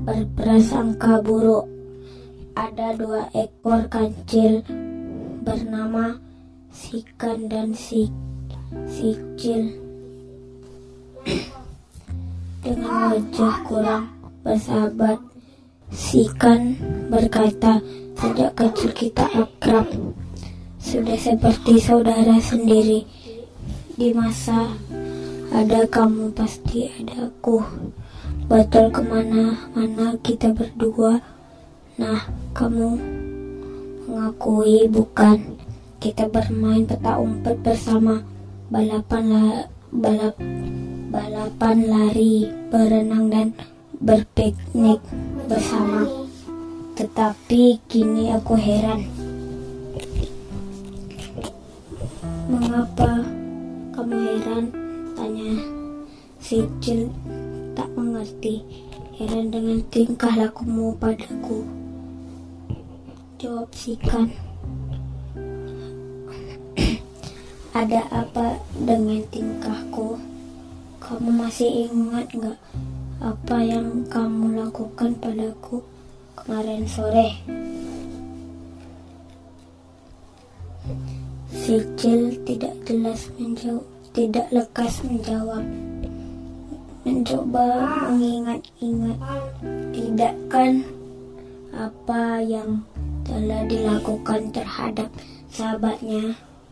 berprasangka buruk. Ada 2 ekor kancil bernama Sikan dan Sicil. Dengan wajah kurang bersahabat, Sikan berkata, "Sejak kecil kita akrab, sudah seperti saudara sendiri. Di masa ada kamu pasti ada aku. Betul, kemana-mana kita berdua. Nah, kamu mengakui bukan? Kita bermain petak umpet bersama, balapan lari, berenang dan berpiknik bersama. Tetapi kini aku heran. Mengapa kamu heran?" tanya Sicil tak mengerti. "Heran dengan tingkah lakumu padaku," jawab Sikan. "Ada apa dengan tingkahku? Kamu masih ingat gak apa yang kamu lakukan padaku kemarin sore?" Sicil tidak lekas menjawab. Mencoba mengingat-ingat. Tidak kan apa yang telah dilakukan terhadap sahabatnya.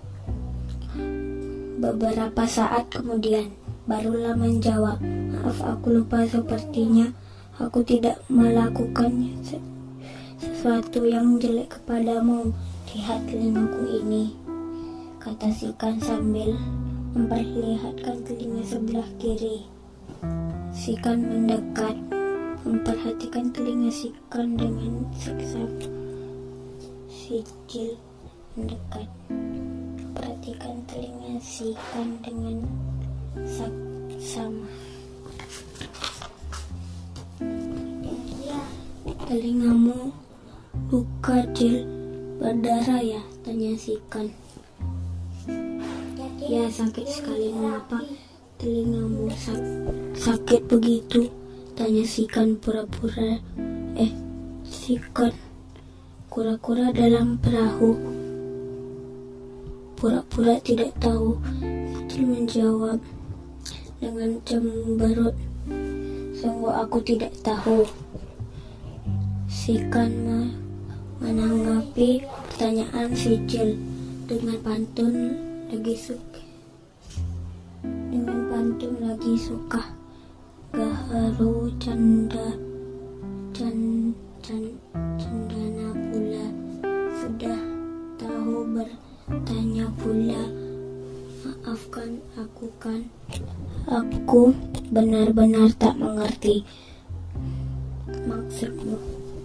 Beberapa saat kemudian barulah menjawab, "Maaf, aku lupa, sepertinya aku tidak melakukan sesuatu yang jelek kepadamu. Lihat telingaku ini," kata Sikan sambil memperlihatkan telinga sebelah kiri. Sikan mendekat, memperhatikan telinga Sikan dengan siksa. Sicil mendekat, perhatikan telinga Sikan dengan saksama. "Telingamu luka, Cil, berdarah ya?" tanya Sikan. "Ya, sakit sekali." "Mengapa telingamu sakit begitu?" tanya Sikan Sikan kura-kura dalam perahu pura-pura tidak tahu. Sicil menjawab dengan cemberut, "Sungguh aku tidak tahu." Sikan menanggapi pertanyaan Sicil dengan pantun lagi suka. "Gaharu candana pula, sudah tahu bertanya pula. Maafkan aku kan, aku benar-benar tak mengerti maksudmu.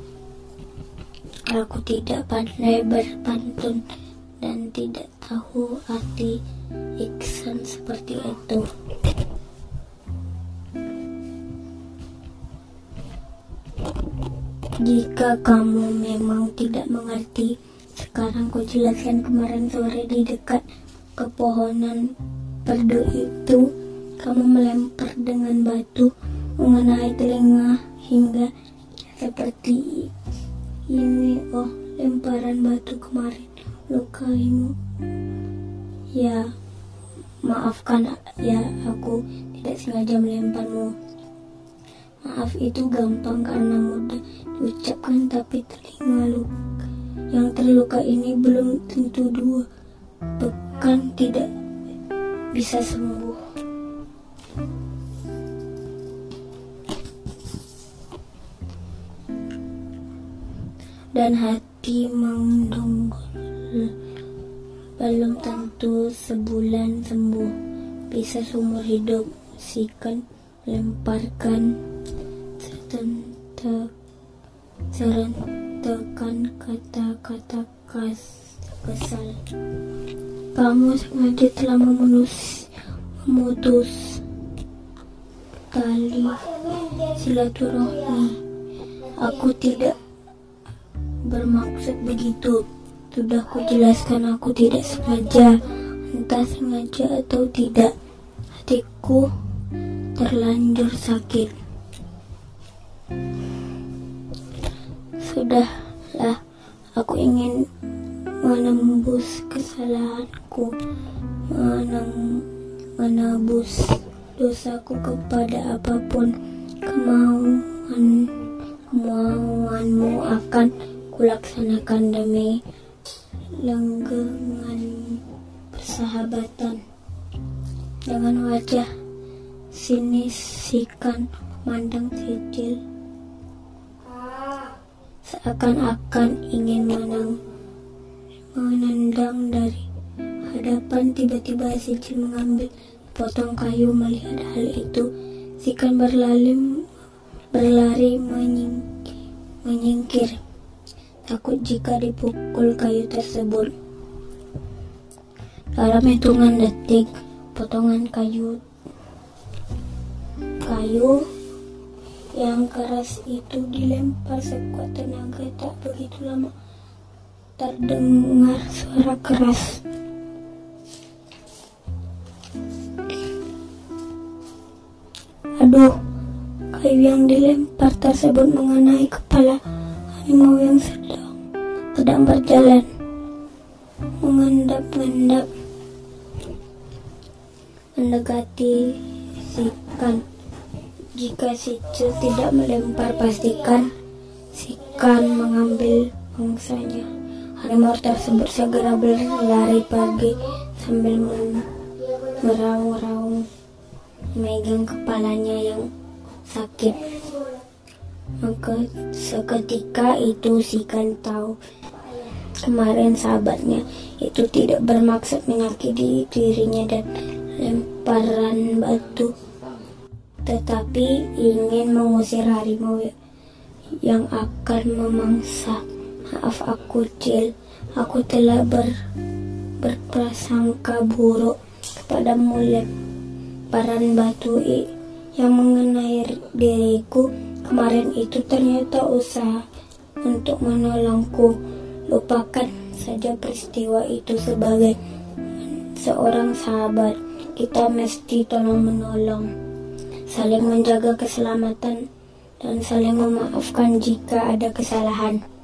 Aku tidak pandai berpantun dan tidak tahu arti ihsan seperti itu." "Jika kamu memang tidak mengerti, sekarang ku jelaskan. Kemarin sore di dekat pepohonan perdu itu, kamu melempar dengan batu mengenai telinga hingga seperti ini. Oh, lemparan batu kemarin lukaimu. Ya, maafkan ya, aku tidak sengaja melemparmu. Maaf itu gampang karena mudah diucapkan, tapi telinga yang terluka ini belum tentu 2 pekan tidak bisa sembuh." Dan hati mengdonggol, belum tentu sebulan sembuh, bisa seumur hidup. Sikan melemparkan serentekan kata-kata kesal. "Kamu sengaja telah memutus tali silaturahmi. Aku tidak bermaksud begitu. Sudah kujelaskan, aku tidak sengaja. Entah sengaja atau tidak, hatiku terlanjur sakit." Sudahlah, aku ingin menembus kesalahanku, menebus dosaku kepada apapun kemauanmu akan kulaksanakan demi langgengan persahabatan. Dengan wajah sinis Sikan memandang Sijil, seakan-akan ingin menendang dari hadapan. Tiba-tiba Sijil mengambil potong kayu. Melihat hal itu, Sikan berlari menyingkir, takut jika dipukul kayu tersebut. Dalam hitungan detik, potongan kayu yang keras itu dilempar sekuat tenaga. Tak begitu lama terdengar suara keras. Aduh, kayu yang dilempar tersebut mengenai kepala harimau yang sedang berjalan, mengendap-endap mendekati Sikan. Jika Sijil tidak melempar, pastikan Sikan mengambil mangsanya. Harimau tersebut segera berlari pergi sambil meraung-raung, memegang kepalanya yang sakit. Maka seketika itu Sikan tahu kemarin sahabatnya itu tidak bermaksud menyakiti dirinya dan lemparan batu, tetapi ingin mengusir harimau yang akan memangsa. Maaf aku, Cil. Aku telah berprasangka buruk kepadamu. Lemparan batu yang mengenai diriku kemarin itu ternyata usaha untuk menolongku. Lupakan saja peristiwa itu. Sebagai seorang sahabat, kita mesti tolong-menolong, saling menjaga keselamatan, dan saling memaafkan jika ada kesalahan.